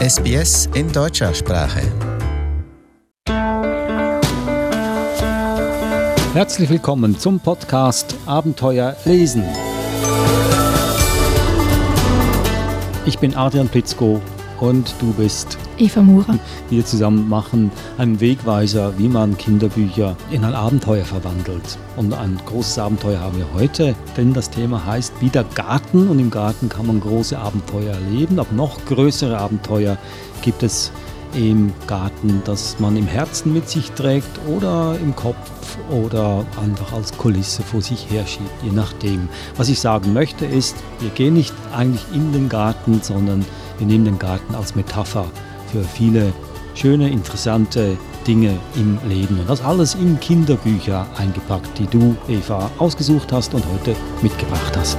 SBS in deutscher Sprache. Herzlich willkommen zum Podcast Abenteuer lesen. Ich bin Adrian Plitzko und du bist Eva Murer. Wir zusammen machen einen Wegweiser, wie man Kinderbücher in ein Abenteuer verwandelt. Und ein großes Abenteuer haben wir heute, denn das Thema heißt wieder Garten. Und im Garten kann man große Abenteuer erleben, aber noch größere Abenteuer gibt es im Garten, das man im Herzen mit sich trägt oder im Kopf oder einfach als Kulisse vor sich herschiebt, je nachdem. Was ich sagen möchte ist, wir gehen nicht eigentlich in den Garten, sondern wir nehmen den Garten als Metapher für viele schöne, interessante Dinge im Leben. Und das alles in Kinderbücher eingepackt, die du, Eva, ausgesucht hast und heute mitgebracht hast.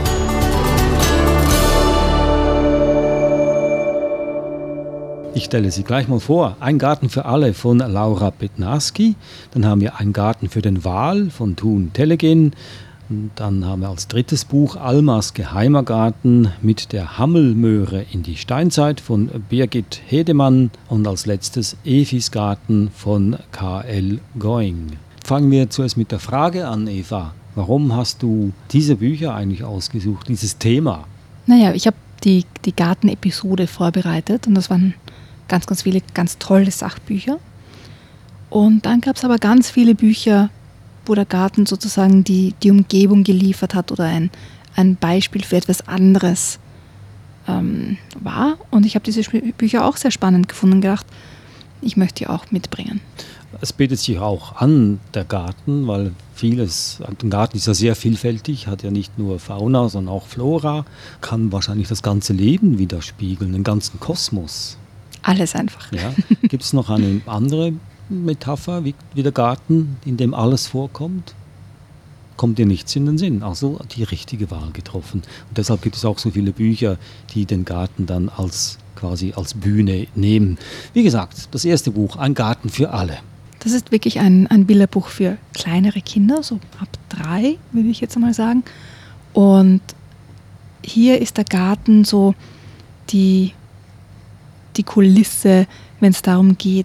Ich stelle sie gleich mal vor. Ein Garten für alle von Laura Bednarski. Dann haben wir Ein Garten für den Wal von Thun Telegin. Und dann haben wir als drittes Buch Almas geheimer Garten mit der Hammelmöhre in die Steinzeit von Birgit Hedemann. Und als letztes Efis Garten von K.L. Going. Fangen wir zuerst mit der Frage an, Eva. Warum hast du diese Bücher eigentlich ausgesucht, dieses Thema? Naja, ich habe die Garten-Episode vorbereitet und das waren ganz, ganz viele ganz tolle Sachbücher. Und dann gab es aber ganz viele Bücher, wo der Garten sozusagen die Umgebung geliefert hat oder ein Beispiel für etwas anderes war. Und ich habe diese Bücher auch sehr spannend gefunden und gedacht, ich möchte die auch mitbringen. Es bietet sich auch an, der Garten, weil der Garten ist ja sehr vielfältig, hat ja nicht nur Fauna, sondern auch Flora, kann wahrscheinlich das ganze Leben widerspiegeln, den ganzen Kosmos. Alles einfach. Ja. Gibt es noch eine andere Metapher wie der Garten, in dem alles vorkommt? Kommt dir nichts in den Sinn? Also die richtige Wahl getroffen. Und deshalb gibt es auch so viele Bücher, die den Garten dann quasi als Bühne nehmen. Wie gesagt, das erste Buch, Ein Garten für alle. Das ist wirklich ein Bilderbuch für kleinere Kinder, so ab 3, würde ich jetzt einmal sagen. Und hier ist der Garten so die Kulisse, wenn es darum geht,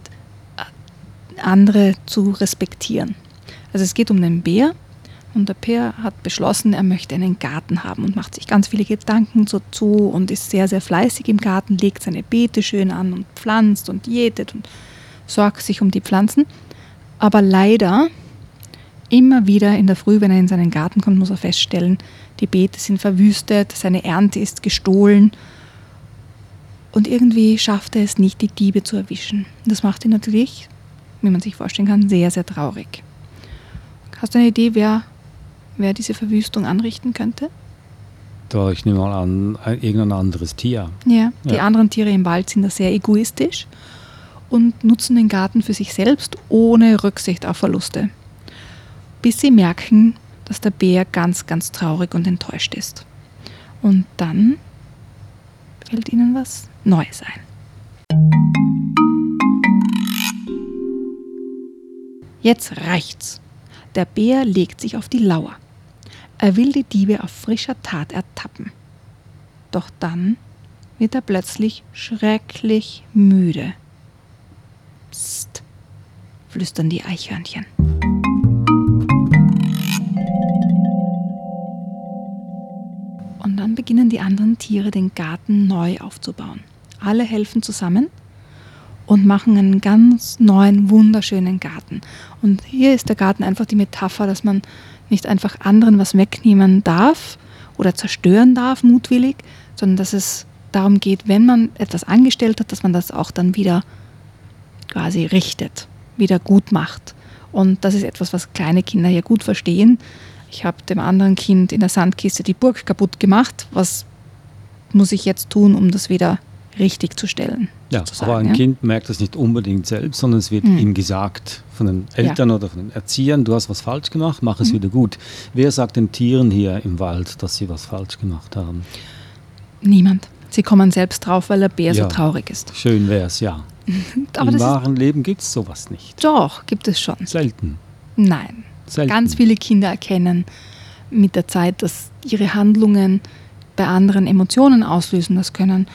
andere zu respektieren. Also es geht um den Bär und der Bär hat beschlossen, er möchte einen Garten haben und macht sich ganz viele Gedanken dazu und ist sehr, sehr fleißig im Garten, legt seine Beete schön an und pflanzt und jätet und sorgt sich um die Pflanzen. Aber leider, immer wieder in der Früh, wenn er in seinen Garten kommt, muss er feststellen, die Beete sind verwüstet, seine Ernte ist gestohlen und irgendwie schafft er es nicht, die Diebe zu erwischen. Das macht ihn natürlich, wie man sich vorstellen kann, sehr, sehr traurig. Hast du eine Idee, wer diese Verwüstung anrichten könnte? Ich nehme mal an, irgendein anderes Tier. Ja, die anderen Tiere im Wald sind da sehr egoistisch und nutzen den Garten für sich selbst, ohne Rücksicht auf Verluste. Bis sie merken, dass der Bär ganz, ganz traurig und enttäuscht ist. Und dann fällt ihnen was Neues ein. Jetzt reicht's. Der Bär legt sich auf die Lauer. Er will die Diebe auf frischer Tat ertappen. Doch dann wird er plötzlich schrecklich müde. Psst, flüstern die Eichhörnchen. Und dann beginnen die anderen Tiere, den Garten neu aufzubauen. Alle helfen zusammen und machen einen ganz neuen, wunderschönen Garten. Und hier ist der Garten einfach die Metapher, dass man nicht einfach anderen was wegnehmen darf oder zerstören darf, mutwillig, sondern dass es darum geht, wenn man etwas angestellt hat, dass man das auch dann wieder quasi richtet, wieder gut macht. Und das ist etwas, was kleine Kinder hier gut verstehen. Ich habe dem anderen Kind in der Sandkiste die Burg kaputt gemacht. Was muss ich jetzt tun, um das wieder richtig zu stellen? Ja, aber ein Kind merkt das nicht unbedingt selbst, sondern es wird ihm gesagt von den Eltern oder von den Erziehern, du hast was falsch gemacht, mach es wieder gut. Wer sagt den Tieren hier im Wald, dass sie was falsch gemacht haben? Niemand. Sie kommen selbst drauf, weil der Bär so traurig ist. Schön wär's, ja. Aber im wahren Leben gibt es sowas nicht. Doch, gibt es schon. Selten. Nein. Selten. Ganz viele Kinder erkennen mit der Zeit, dass ihre Handlungen bei anderen Emotionen auslösen. Das können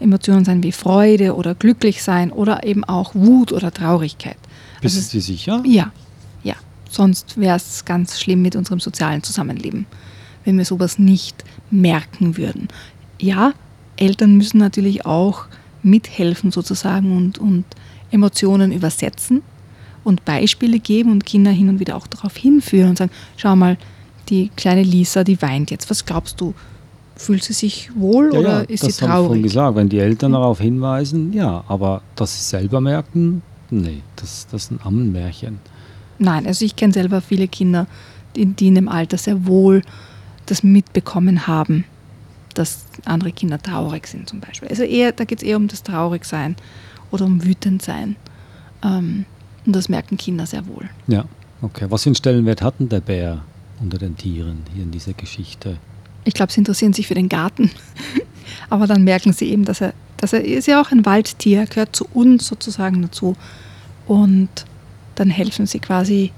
Emotionen sein wie Freude oder glücklich sein oder eben auch Wut oder Traurigkeit. Bist du dir sicher? Ja. Sonst wäre es ganz schlimm mit unserem sozialen Zusammenleben, wenn wir sowas nicht merken würden. Ja, Eltern müssen natürlich auch mithelfen sozusagen und Emotionen übersetzen und Beispiele geben und Kinder hin und wieder auch darauf hinführen und sagen, schau mal, die kleine Lisa, die weint jetzt. Was glaubst du? Fühlt sie sich wohl oder ist sie das habe ich traurig? vorhin gesagt, wenn die Eltern darauf hinweisen, ja, aber dass sie selber merken, nee, das ist ein Ammenmärchen. Nein, also ich kenne selber viele Kinder, die in dem Alter sehr wohl das mitbekommen haben, dass andere Kinder traurig sind zum Beispiel. Also da geht es eher um das Traurigsein oder um Wütendsein. Und das merken Kinder sehr wohl. Ja, okay. Was für einen Stellenwert hat denn der Bär unter den Tieren hier in dieser Geschichte? Ich glaube, sie interessieren sich für den Garten. Aber dann merken sie eben, dass er ist ja auch ein Waldtier, gehört zu uns sozusagen dazu. Und dann helfen sie quasi,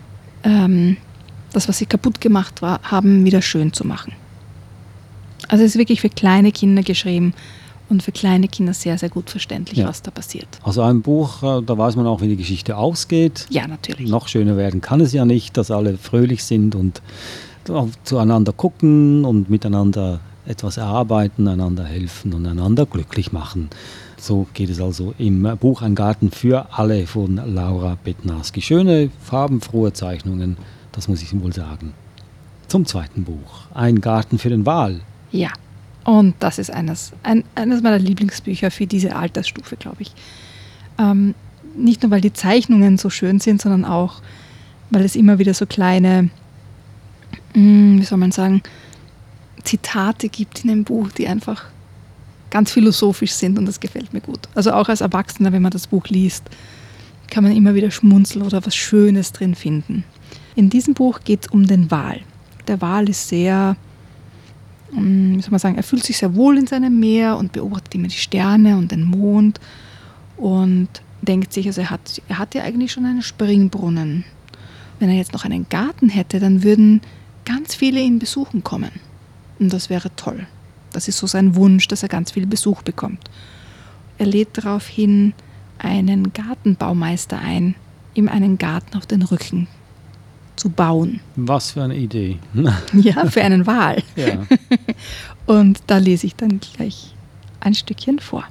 das, was sie kaputt gemacht haben, wieder schön zu machen. Also es ist wirklich für kleine Kinder geschrieben und für kleine Kinder sehr, sehr gut verständlich, was da passiert. Also ein Buch, da weiß man auch, wie die Geschichte ausgeht. Ja, natürlich. Noch schöner werden kann es ja nicht, dass alle fröhlich sind und zueinander gucken und miteinander etwas erarbeiten, einander helfen und einander glücklich machen. So geht es also im Buch Ein Garten für alle von Laura Bednarski. Schöne, farbenfrohe Zeichnungen, das muss ich wohl sagen. Zum zweiten Buch, Ein Garten für den Wal. Ja, und das ist eines meiner Lieblingsbücher für diese Altersstufe, glaube ich. Nicht nur, weil die Zeichnungen so schön sind, sondern auch, weil es immer wieder so kleine, wie soll man sagen, Zitate gibt in dem Buch, die einfach ganz philosophisch sind und das gefällt mir gut. Also auch als Erwachsener, wenn man das Buch liest, kann man immer wieder schmunzeln oder was Schönes drin finden. In diesem Buch geht es um den Wal. Der Wal ist sehr, wie soll man sagen, er fühlt sich sehr wohl in seinem Meer und beobachtet immer die Sterne und den Mond und denkt sich, also er hat ja eigentlich schon einen Springbrunnen. Wenn er jetzt noch einen Garten hätte, dann würden ganz viele ihn besuchen kommen. Und das wäre toll. Das ist so sein Wunsch, dass er ganz viel Besuch bekommt. Er lädt daraufhin einen Gartenbaumeister ein, ihm einen Garten auf den Rücken zu bauen. Was für eine Idee. Ja, für einen Wal. Ja. Und da lese ich dann gleich ein Stückchen vor.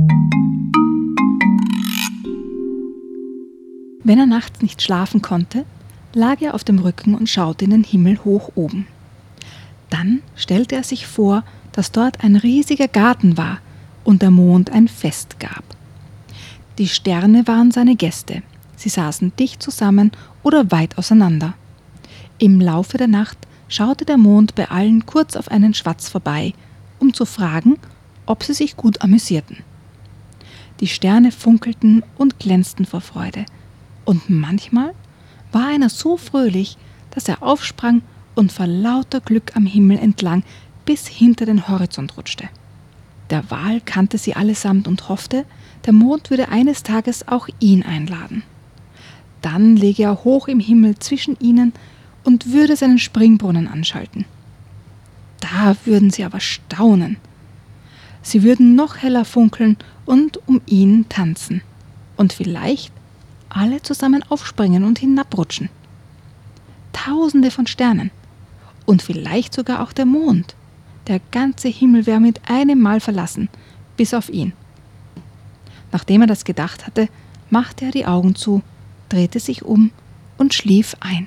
Wenn er nachts nicht schlafen konnte, lag er auf dem Rücken und schaute in den Himmel hoch oben. Dann stellte er sich vor, dass dort ein riesiger Garten war und der Mond ein Fest gab. Die Sterne waren seine Gäste. Sie saßen dicht zusammen oder weit auseinander. Im Laufe der Nacht schaute der Mond bei allen kurz auf einen Schwatz vorbei, um zu fragen, ob sie sich gut amüsierten. Die Sterne funkelten und glänzten vor Freude. Und manchmal war einer so fröhlich, dass er aufsprang und vor lauter Glück am Himmel entlang bis hinter den Horizont rutschte. Der Wal kannte sie allesamt und hoffte, der Mond würde eines Tages auch ihn einladen. Dann läge er hoch im Himmel zwischen ihnen und würde seinen Springbrunnen anschalten. Da würden sie aber staunen. Sie würden noch heller funkeln und um ihn tanzen und vielleicht alle zusammen aufspringen und hinabrutschen. Tausende von Sternen und vielleicht sogar auch der Mond. Der ganze Himmel wäre mit einem Mal verlassen, bis auf ihn. Nachdem er das gedacht hatte, machte er die Augen zu, drehte sich um und schlief ein.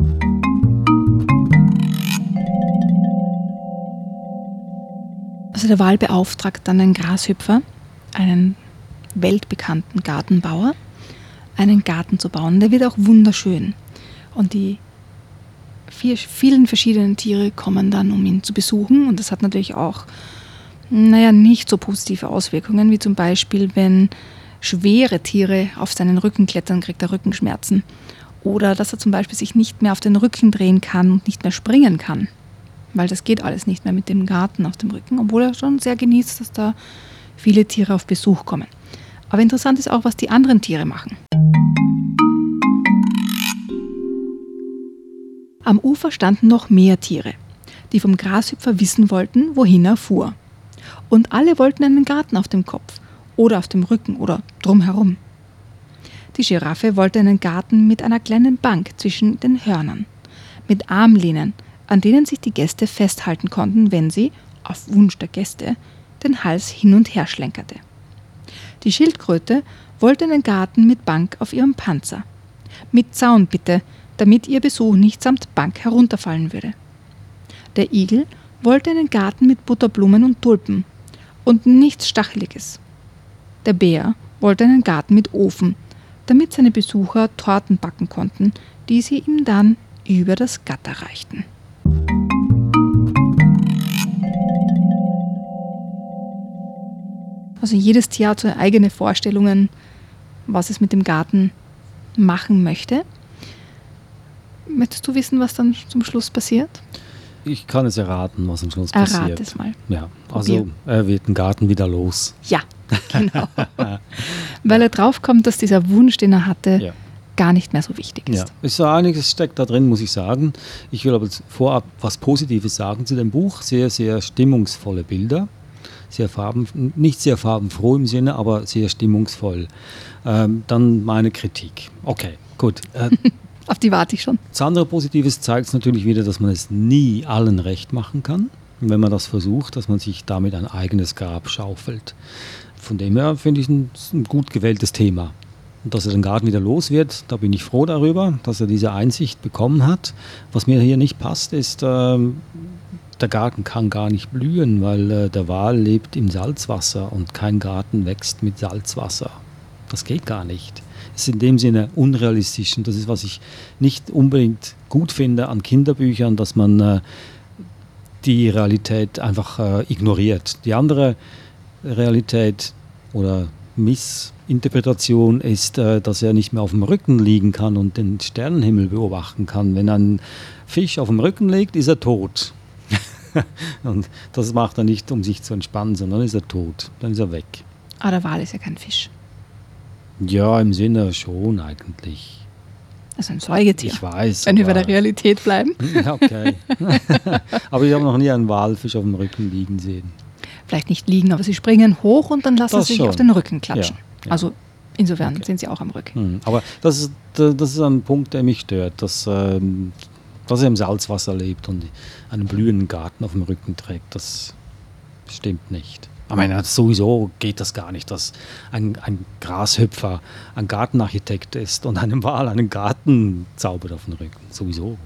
Also der Wal beauftragt dann den Grashüpfer, einen weltbekannten Gartenbauer, einen Garten zu bauen. Der wird auch wunderschön. Und die vielen verschiedenen Tiere kommen dann, um ihn zu besuchen. Und das hat natürlich auch, nicht so positive Auswirkungen, wie zum Beispiel, wenn schwere Tiere auf seinen Rücken klettern, kriegt er Rückenschmerzen. Oder dass er zum Beispiel sich nicht mehr auf den Rücken drehen kann und nicht mehr springen kann. Weil das geht alles nicht mehr mit dem Garten auf dem Rücken, obwohl er schon sehr genießt, dass da viele Tiere auf Besuch kommen. Aber interessant ist auch, was die anderen Tiere machen. Am Ufer standen noch mehr Tiere, die vom Grashüpfer wissen wollten, wohin er fuhr. und alle wollten einen Garten auf dem Kopf oder auf dem Rücken oder drumherum. Die Giraffe wollte einen Garten mit einer kleinen Bank zwischen den Hörnern, mit Armlehnen, an denen sich die Gäste festhalten konnten, wenn sie, auf Wunsch der Gäste, den Hals hin und her schlenkerte. Die Schildkröte wollte einen Garten mit Bank auf ihrem Panzer. Mit Zaun bitte, damit ihr Besuch nicht samt Bank herunterfallen würde. Der Igel wollte einen Garten mit Butterblumen und Tulpen und nichts Stacheliges. Der Bär wollte einen Garten mit Ofen, damit seine Besucher Torten backen konnten, die sie ihm dann über das Gatter reichten. Also jedes Tier hat so eigene Vorstellungen, was es mit dem Garten machen möchte. Möchtest du wissen, was dann zum Schluss passiert? Ich kann es erraten, was am Schluss passiert. Errate es mal. Ja, also er wird den Garten wieder los. Ja, genau. Weil er draufkommt, dass dieser Wunsch, den er hatte, gar nicht mehr so wichtig ist. Ja, ist so einiges steckt da drin, muss ich sagen. Ich will aber vorab was Positives sagen zu dem Buch. Sehr, sehr stimmungsvolle Bilder. Nicht sehr farbenfroh im Sinne, aber sehr stimmungsvoll. Dann meine Kritik. Okay, gut. Auf die warte ich schon. Das andere Positives zeigt es natürlich wieder, dass man es nie allen recht machen kann. Und wenn man das versucht, dass man sich damit ein eigenes Grab schaufelt. Von dem her finde ich ein gut gewähltes Thema. Und dass er den Garten wieder los wird, da bin ich froh darüber, dass er diese Einsicht bekommen hat. Was mir hier nicht passt, ist, der Garten kann gar nicht blühen, weil der Wal lebt im Salzwasser und kein Garten wächst mit Salzwasser. Das geht gar nicht. Das ist in dem Sinne unrealistisch und das ist, was ich nicht unbedingt gut finde an Kinderbüchern, dass man die Realität einfach ignoriert. Die andere Realität oder Missinterpretation ist, dass er nicht mehr auf dem Rücken liegen kann und den Sternenhimmel beobachten kann. Wenn ein Fisch auf dem Rücken liegt, ist er tot. Und das macht er nicht, um sich zu entspannen, sondern ist er tot. Dann ist er weg. Aber der Wal ist ja kein Fisch. Ja, im Sinne schon eigentlich. Also ein Säugetier. Ich weiß. Wenn wir bei der Realität bleiben. Ja, okay. Aber ich habe noch nie einen Walfisch auf dem Rücken liegen sehen. Vielleicht nicht liegen, aber sie springen hoch und dann lassen sie sich auf den Rücken klatschen. Ja. Also insofern sind sie auch am Rücken. Aber das ist ein Punkt, der mich stört, dass er im Salzwasser lebt und einen blühenden Garten auf dem Rücken trägt. Das stimmt nicht. Ich meine, sowieso geht das gar nicht, dass ein Grashüpfer ein Gartenarchitekt ist und einem Wal einen Garten zaubert auf den Rücken. Sowieso.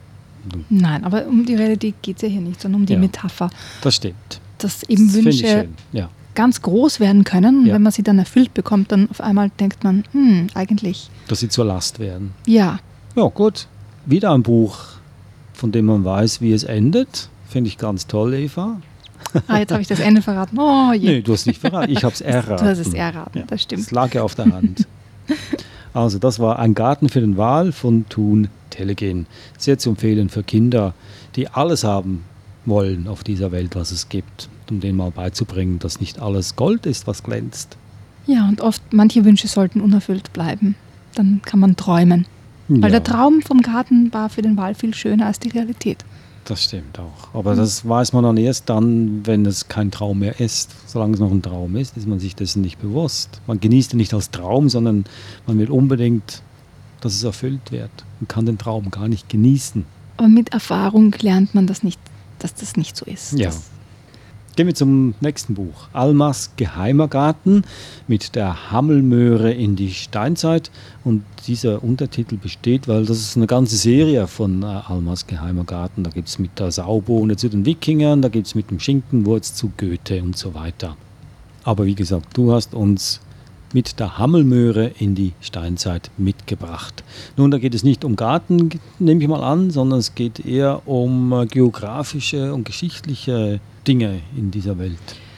Nein, aber um die Realität geht es ja hier nicht, sondern um die Metapher. Das stimmt. Dass eben Wünsche ganz groß werden können und wenn man sie dann erfüllt bekommt, dann auf einmal denkt man, eigentlich. Dass sie zur Last werden. Ja. Ja, gut. Wieder ein Buch, von dem man weiß, wie es endet. Finde ich ganz toll, Eva. Jetzt habe ich das Ende verraten. Oh je. Nee, du hast nicht verraten. Ich habe es erraten. Du hast es erraten, das stimmt. Es lag ja auf der Hand. Also das war Ein Garten für den Wal von Thun Telegen. Sehr zu empfehlen für Kinder, die alles haben wollen auf dieser Welt, was es gibt, um denen mal beizubringen, dass nicht alles Gold ist, was glänzt. Ja, und oft, manche Wünsche sollten unerfüllt bleiben. Dann kann man träumen. Weil der Traum vom Garten war für den Wal viel schöner als die Realität. Das stimmt auch. Aber das weiß man dann erst dann, wenn es kein Traum mehr ist. Solange es noch ein Traum ist man sich dessen nicht bewusst. Man genießt ihn nicht als Traum, sondern man will unbedingt, dass es erfüllt wird. Man kann den Traum gar nicht genießen. Aber mit Erfahrung lernt man das nicht, dass das nicht so ist. Ja. Gehen wir zum nächsten Buch. Almas geheimer Garten mit der Hammelmöhre in die Steinzeit. Und dieser Untertitel besteht, weil das ist eine ganze Serie von Almas geheimer Garten. Da gibt es mit der Saubohne zu den Wikingern, da gibt es mit dem Schinkenwurz zu Goethe und so weiter. Aber wie gesagt, du hast uns mit der Hammelmöhre in die Steinzeit mitgebracht. Nun, da geht es nicht um Garten, nehme ich mal an, sondern es geht eher um geografische und geschichtliche Dinge in dieser Welt.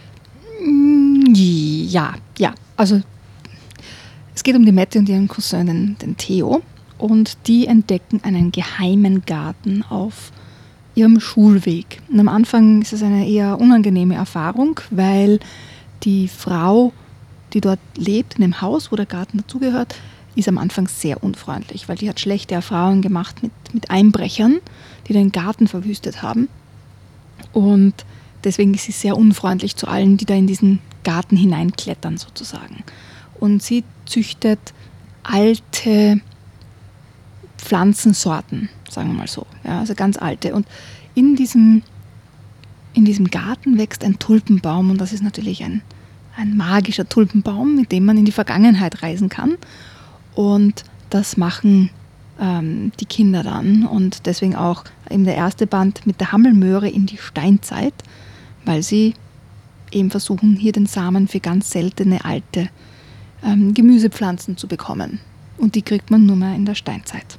Ja. Also es geht um die Mette und ihren Cousin, den Theo. Und die entdecken einen geheimen Garten auf ihrem Schulweg. Und am Anfang ist es eine eher unangenehme Erfahrung, weil die Frau, die dort lebt, in dem Haus, wo der Garten dazugehört, ist am Anfang sehr unfreundlich, weil die hat schlechte Erfahrungen gemacht mit Einbrechern, die den Garten verwüstet haben. Und deswegen ist sie sehr unfreundlich zu allen, die da in diesen Garten hineinklettern sozusagen. Und sie züchtet alte Pflanzensorten, sagen wir mal so. Ja, also ganz alte. Und in diesem Garten wächst ein Tulpenbaum und das ist natürlich ein magischer Tulpenbaum, mit dem man in die Vergangenheit reisen kann. Und das machen die Kinder dann und deswegen auch eben der erste Band mit der Hammelmöhre in die Steinzeit, weil sie eben versuchen, hier den Samen für ganz seltene alte Gemüsepflanzen zu bekommen. Und die kriegt man nur mehr in der Steinzeit.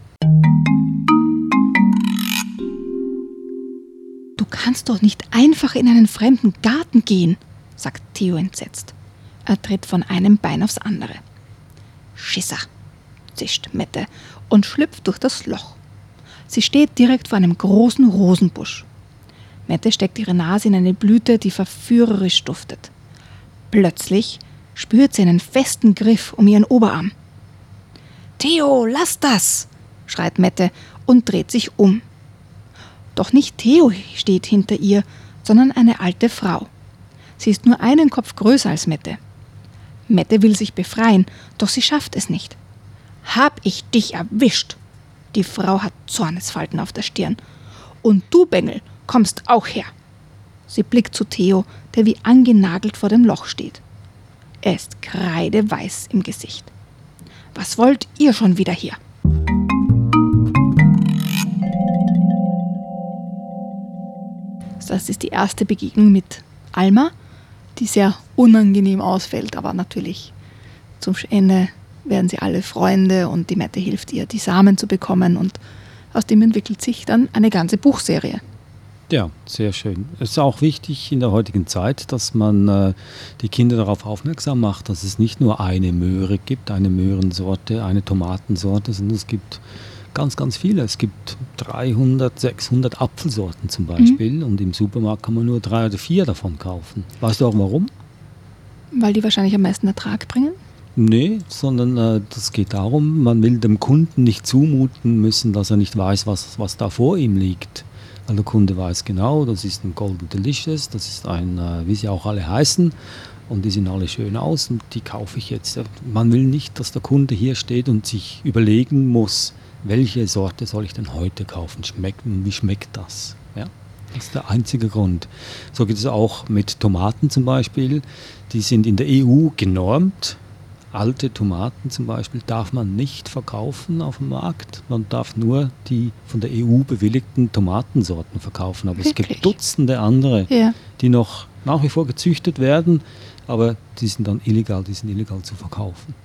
Du kannst doch nicht einfach in einen fremden Garten gehen, sagt Theo entsetzt. Er tritt von einem Bein aufs andere. Schisser, zischt Mette und schlüpft durch das Loch. Sie steht direkt vor einem großen Rosenbusch. Mette steckt ihre Nase in eine Blüte, die verführerisch duftet. Plötzlich spürt sie einen festen Griff um ihren Oberarm. »Theo, lass das!« schreit Mette und dreht sich um. Doch nicht Theo steht hinter ihr, sondern eine alte Frau. Sie ist nur einen Kopf größer als Mette. Mette will sich befreien, doch sie schafft es nicht. »Hab ich dich erwischt!« Die Frau hat Zornesfalten auf der Stirn. »Und du, Bengel, kommst auch her!« Sie blickt zu Theo, der wie angenagelt vor dem Loch steht. Er ist kreideweiß im Gesicht. »Was wollt ihr schon wieder hier?« Das ist die erste Begegnung mit Alma, die sehr unangenehm ausfällt, aber natürlich zum Ende werden sie alle Freunde und die Mette hilft ihr, die Samen zu bekommen und aus dem entwickelt sich dann eine ganze Buchserie. Ja, sehr schön. Es ist auch wichtig in der heutigen Zeit, dass man die Kinder darauf aufmerksam macht, dass es nicht nur eine Möhre gibt, eine Möhrensorte, eine Tomatensorte, sondern es gibt ganz, ganz viele. Es gibt 300, 600 Apfelsorten zum Beispiel und im Supermarkt kann man nur 3 oder 4 davon kaufen. Weißt du auch warum? Weil die wahrscheinlich am meisten Ertrag bringen? Nee, sondern das geht darum, man will dem Kunden nicht zumuten müssen, dass er nicht weiß, was da vor ihm liegt. Weil der Kunde weiß genau, das ist ein Golden Delicious, das ist ein, wie sie auch alle heißen, und die sehen alle schön aus und die kaufe ich jetzt. Man will nicht, dass der Kunde hier steht und sich überlegen muss, welche Sorte soll ich denn heute kaufen, wie schmeckt das? Ja, das ist der einzige Grund. So geht es auch mit Tomaten zum Beispiel, die sind in der EU genormt. Alte Tomaten zum Beispiel darf man nicht verkaufen auf dem Markt. Man darf nur die von der EU bewilligten Tomatensorten verkaufen. Aber Wirklich? Es gibt Dutzende andere, die noch nach wie vor gezüchtet werden, aber die sind dann illegal zu verkaufen.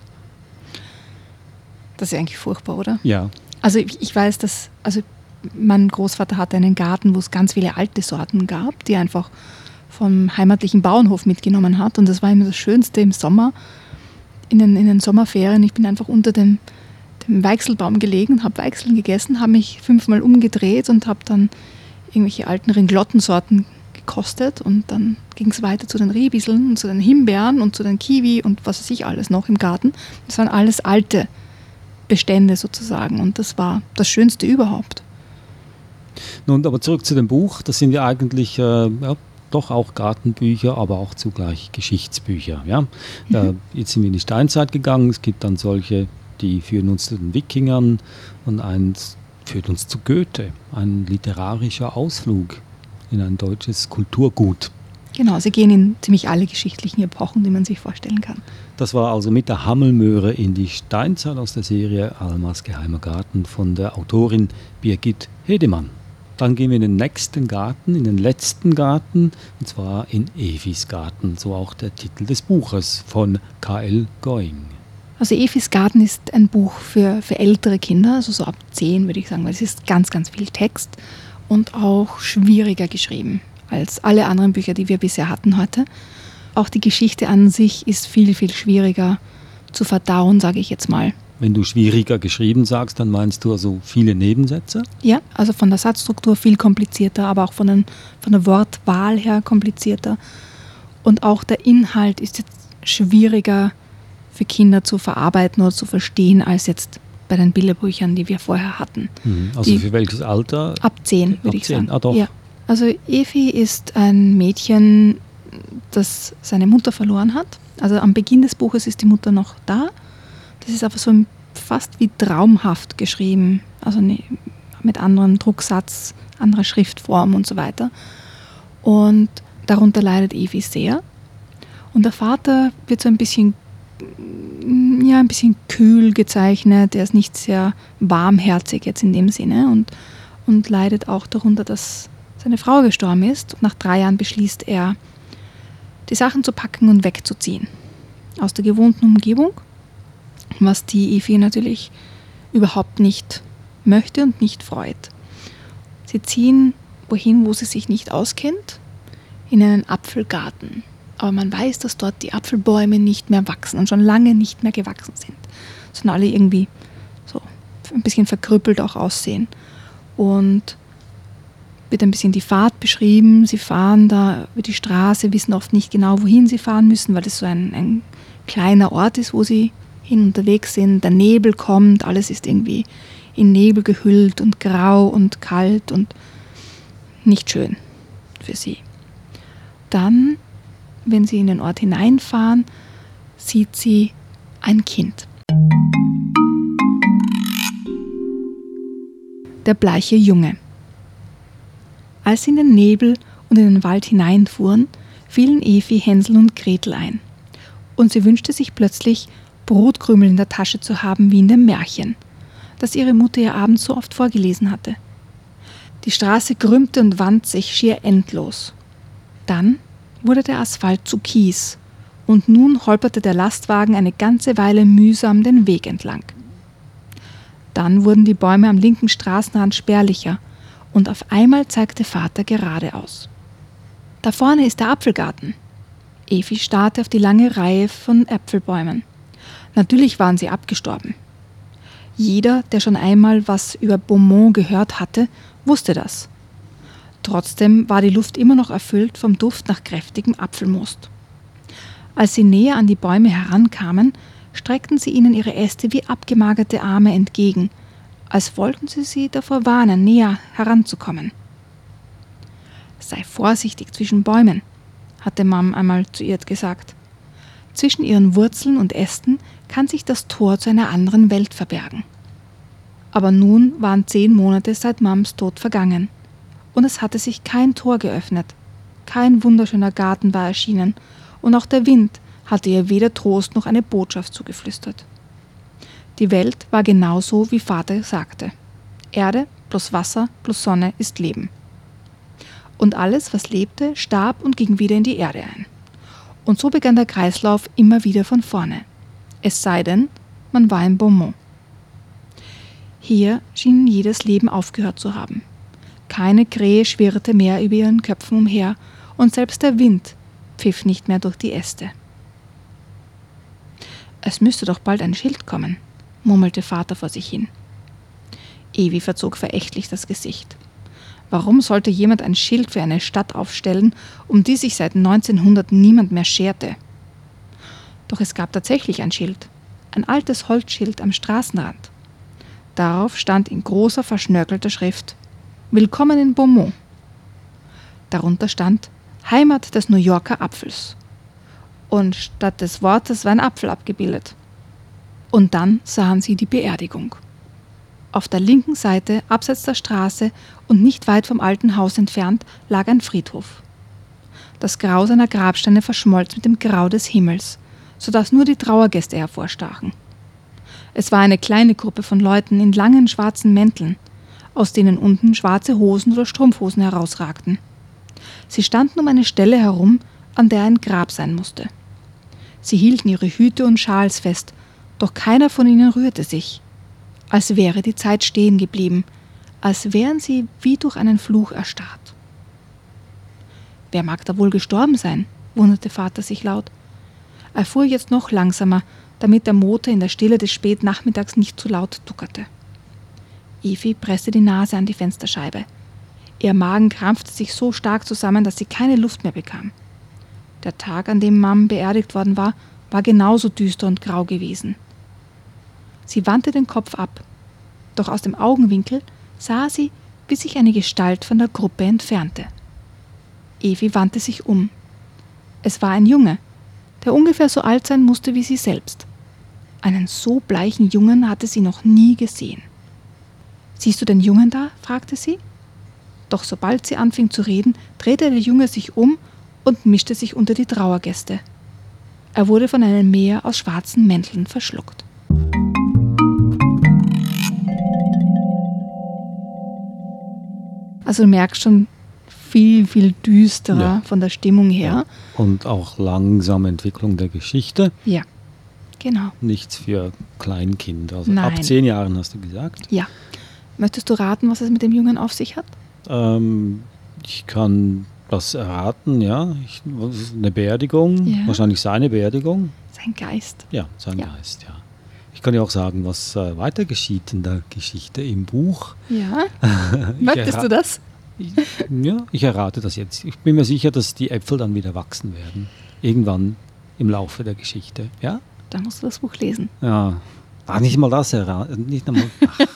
Das ist eigentlich furchtbar, oder? Ja. Also ich weiß, dass mein Großvater hatte einen Garten, wo es ganz viele alte Sorten gab, die er einfach vom heimatlichen Bauernhof mitgenommen hat. Und das war immer das Schönste im Sommer. In den Sommerferien, ich bin einfach unter dem Weichselbaum gelegen, habe Weichseln gegessen, habe mich 5-mal umgedreht und habe dann irgendwelche alten Ringlottensorten gekostet und dann ging es weiter zu den Rehbieseln und zu den Himbeeren und zu den Kiwi und was weiß ich alles noch im Garten. Das waren alles alte Bestände sozusagen und das war das Schönste überhaupt. Nun, aber zurück zu dem Buch, das sind ja eigentlich doch auch Gartenbücher, aber auch zugleich Geschichtsbücher. Ja? Jetzt sind wir in die Steinzeit gegangen, es gibt dann solche, die führen uns zu den Wikingern und eins führt uns zu Goethe, ein literarischer Ausflug in ein deutsches Kulturgut. Genau, sie gehen in ziemlich alle geschichtlichen Epochen, die man sich vorstellen kann. Das war also mit der Hammelmöhre in die Steinzeit aus der Serie Almas geheimer Garten von der Autorin Birgit Hedemann. Dann gehen wir in den nächsten Garten, in den letzten Garten, und zwar in Efis Garten, so auch der Titel des Buches von K.L. Going. Also Efis Garten ist ein Buch für ältere Kinder, also so ab 10 würde ich sagen, weil es ist ganz, ganz viel Text und auch schwieriger geschrieben als alle anderen Bücher, die wir bisher hatten heute. Auch die Geschichte an sich ist viel, viel schwieriger zu verdauen, sage ich jetzt mal. Wenn du schwieriger geschrieben sagst, dann meinst du also viele Nebensätze? Ja, also von der Satzstruktur viel komplizierter, aber auch von der Wortwahl her komplizierter. Und auch der Inhalt ist jetzt schwieriger für Kinder zu verarbeiten oder zu verstehen, als jetzt bei den Bilderbüchern, die wir vorher hatten. Also für welches Alter? Ab 10, würde ich sagen. Ah, doch. Ja. Also Evi ist ein Mädchen, das seine Mutter verloren hat. Also am Beginn des Buches ist die Mutter noch da. Das ist aber so fast wie traumhaft geschrieben. Also mit anderem Drucksatz, anderer Schriftform und so weiter. Und darunter leidet Evi sehr. Und der Vater wird so ein bisschen kühl gezeichnet. Er ist nicht sehr warmherzig jetzt in dem Sinne und leidet auch darunter, dass seine Frau gestorben ist. Und nach 3 Jahren beschließt er, die Sachen zu packen und wegzuziehen. Aus der gewohnten Umgebung, was die Evi natürlich überhaupt nicht möchte und nicht freut. Sie ziehen wohin, wo sie sich nicht auskennt, in einen Apfelgarten. Aber man weiß, dass dort die Apfelbäume nicht mehr wachsen und schon lange nicht mehr gewachsen sind, sondern alle irgendwie so ein bisschen verkrüppelt auch aussehen. Und wird ein bisschen die Fahrt beschrieben. Sie fahren da über die Straße, wissen oft nicht genau, wohin sie fahren müssen, weil es so ein kleiner Ort ist, wo sie hin unterwegs sind. Der Nebel kommt, alles ist irgendwie in Nebel gehüllt und grau und kalt und nicht schön für sie. Dann, wenn sie in den Ort hineinfahren, sieht sie ein Kind. Der bleiche Junge. Als sie in den Nebel und in den Wald hineinfuhren, fielen Evi, Hänsel und Gretel ein. Und sie wünschte sich plötzlich, Brotkrümel in der Tasche zu haben wie in dem Märchen, das ihre Mutter ihr abends so oft vorgelesen hatte. Die Straße krümmte und wand sich schier endlos. Dann wurde der Asphalt zu Kies und nun holperte der Lastwagen eine ganze Weile mühsam den Weg entlang. Dann wurden die Bäume am linken Straßenrand spärlicher und auf einmal zeigte Vater geradeaus. Da vorne ist der Apfelgarten. Evi starrte auf die lange Reihe von Äpfelbäumen. Natürlich waren sie abgestorben. Jeder, der schon einmal was über Beaumont gehört hatte, wusste das. Trotzdem war die Luft immer noch erfüllt vom Duft nach kräftigem Apfelmost. Als sie näher an die Bäume herankamen, streckten sie ihnen ihre Äste wie abgemagerte Arme entgegen, als wollten sie davor warnen, näher heranzukommen. »Sei vorsichtig zwischen Bäumen«, hatte Mom einmal zu ihr gesagt. »Zwischen ihren Wurzeln und Ästen kann sich das Tor zu einer anderen Welt verbergen.« Aber nun waren 10 Monate seit Moms Tod vergangen. Und es hatte sich kein Tor geöffnet. Kein wunderschöner Garten war erschienen. Und auch der Wind hatte ihr weder Trost noch eine Botschaft zugeflüstert. Die Welt war genauso, wie Vater sagte. Erde plus Wasser plus Sonne ist Leben. Und alles, was lebte, starb und ging wieder in die Erde ein. Und so begann der Kreislauf immer wieder von vorne. Es sei denn, man war in Beaumont. Hier schien jedes Leben aufgehört zu haben. Keine Krähe schwirrte mehr über ihren Köpfen umher und selbst der Wind pfiff nicht mehr durch die Äste. »Es müsste doch bald ein Schild kommen«, murmelte Vater vor sich hin. Evi verzog verächtlich das Gesicht. Warum sollte jemand ein Schild für eine Stadt aufstellen, um die sich seit 1900 niemand mehr scherte? Doch es gab tatsächlich ein Schild, ein altes Holzschild am Straßenrand. Darauf stand in großer, verschnörkelter Schrift: »Willkommen in Beaumont.« Darunter stand »Heimat des New Yorker Apfels«. Und statt des Wortes war ein Apfel abgebildet. Und dann sahen sie die Beerdigung. Auf der linken Seite, abseits der Straße und nicht weit vom alten Haus entfernt, lag ein Friedhof. Das Grau seiner Grabsteine verschmolz mit dem Grau des Himmels, sodass nur die Trauergäste hervorstachen. Es war eine kleine Gruppe von Leuten in langen schwarzen Mänteln, aus denen unten schwarze Hosen oder Strumpfhosen herausragten. Sie standen um eine Stelle herum, an der ein Grab sein musste. Sie hielten ihre Hüte und Schals fest, doch keiner von ihnen rührte sich, als wäre die Zeit stehen geblieben, als wären sie wie durch einen Fluch erstarrt. »Wer mag da wohl gestorben sein?« wunderte Vater sich laut. Er fuhr jetzt noch langsamer, damit der Motor in der Stille des Spätnachmittags nicht zu laut tuckerte. Evi presste die Nase an die Fensterscheibe. Ihr Magen krampfte sich so stark zusammen, dass sie keine Luft mehr bekam. Der Tag, an dem Mom beerdigt worden war, war genauso düster und grau gewesen. Sie wandte den Kopf ab, doch aus dem Augenwinkel sah sie, wie sich eine Gestalt von der Gruppe entfernte. Evi wandte sich um. Es war ein Junge, der ungefähr so alt sein musste wie sie selbst. Einen so bleichen Jungen hatte sie noch nie gesehen. »Siehst du den Jungen da?« fragte sie. Doch sobald sie anfing zu reden, drehte der Junge sich um und mischte sich unter die Trauergäste. Er wurde von einem Meer aus schwarzen Mänteln verschluckt. Also du merkst schon, viel düsterer von der Stimmung her. Ja. Und auch langsame Entwicklung der Geschichte. Ja, genau. Nichts für Kleinkinder. Also Nein. ab 10 Jahren hast du gesagt. Ja. Möchtest du raten, was es mit dem Jungen auf sich hat? Ich kann das erraten, ja. Eine Beerdigung, Ja. wahrscheinlich seine Beerdigung. Sein Geist. Ja, sein Ja. Geist, ja. Ich kann ja auch sagen, was weiter geschieht in der Geschichte im Buch. Ja. Möchtest du das? Ich errate das jetzt. Ich bin mir sicher, dass die Äpfel dann wieder wachsen werden. Irgendwann im Laufe der Geschichte. Ja? Dann musst du das Buch lesen. Ja. Nicht mal das erraten. Nicht einmal.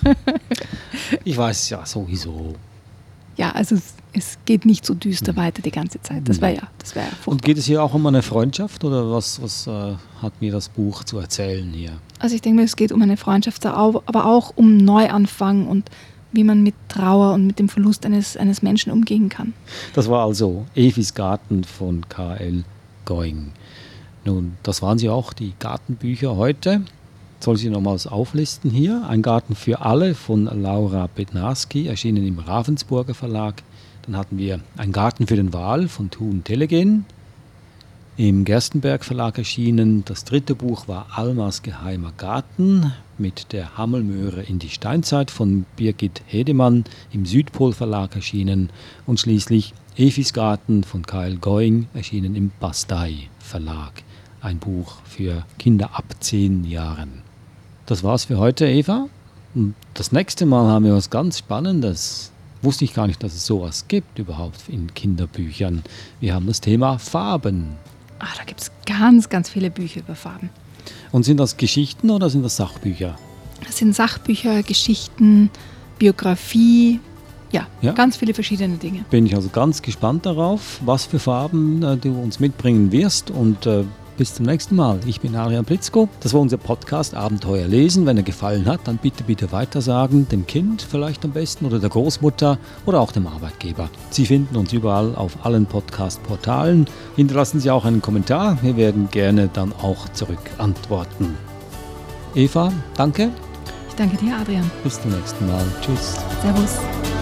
Ich weiß es ja sowieso. Ja, also es geht nicht so düster weiter die ganze Zeit. Das wäre ja furchtbar. Und geht es hier auch um eine Freundschaft oder was hat mir das Buch zu erzählen hier? Also ich denke, es geht um eine Freundschaft, aber auch um Neuanfang und wie man mit Trauer und mit dem Verlust eines Menschen umgehen kann. Das war also Evis Garten von K.L. Going. Nun, das waren sie auch, die Gartenbücher heute. Soll ich sie nochmals auflisten hier? Ein Garten für alle von Laura Bednarski, erschienen im Ravensburger Verlag. Dann hatten wir Ein Garten für den Wal von Thun Telegen, im Gerstenberg Verlag erschienen. Das 3. Buch war Almas geheimer Garten mit der Hammelmöhre in die Steinzeit von Birgit Hedemann, im Südpol Verlag erschienen. Und schließlich Evis Garten von K.L. Going, erschienen im Bastei Verlag. Ein Buch für Kinder ab 10 Jahren. Das war's für heute, Eva. Und das nächste Mal haben wir was ganz Spannendes. Wusste ich gar nicht, dass es sowas gibt überhaupt in Kinderbüchern. Wir haben das Thema Farben. Da gibt es ganz viele Bücher über Farben. Und sind das Geschichten oder sind das Sachbücher? Das sind Sachbücher, Geschichten, Biografie, ja, ganz viele verschiedene Dinge. Bin ich also ganz gespannt darauf, was für Farben du uns mitbringen wirst. Und bis zum nächsten Mal. Ich bin Adrian Plitzko. Das war unser Podcast Abenteuer lesen. Wenn er gefallen hat, dann bitte weitersagen. Dem Kind vielleicht am besten oder der Großmutter oder auch dem Arbeitgeber. Sie finden uns überall auf allen Podcast-Portalen. Hinterlassen Sie auch einen Kommentar. Wir werden gerne dann auch zurück antworten. Eva, danke. Ich danke dir, Adrian. Bis zum nächsten Mal. Tschüss. Servus.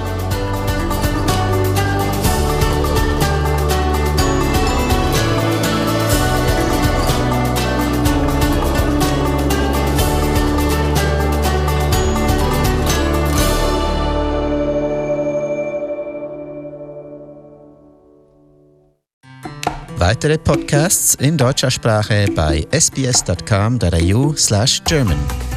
Weitere Podcasts in deutscher Sprache bei sbs.com.au/German.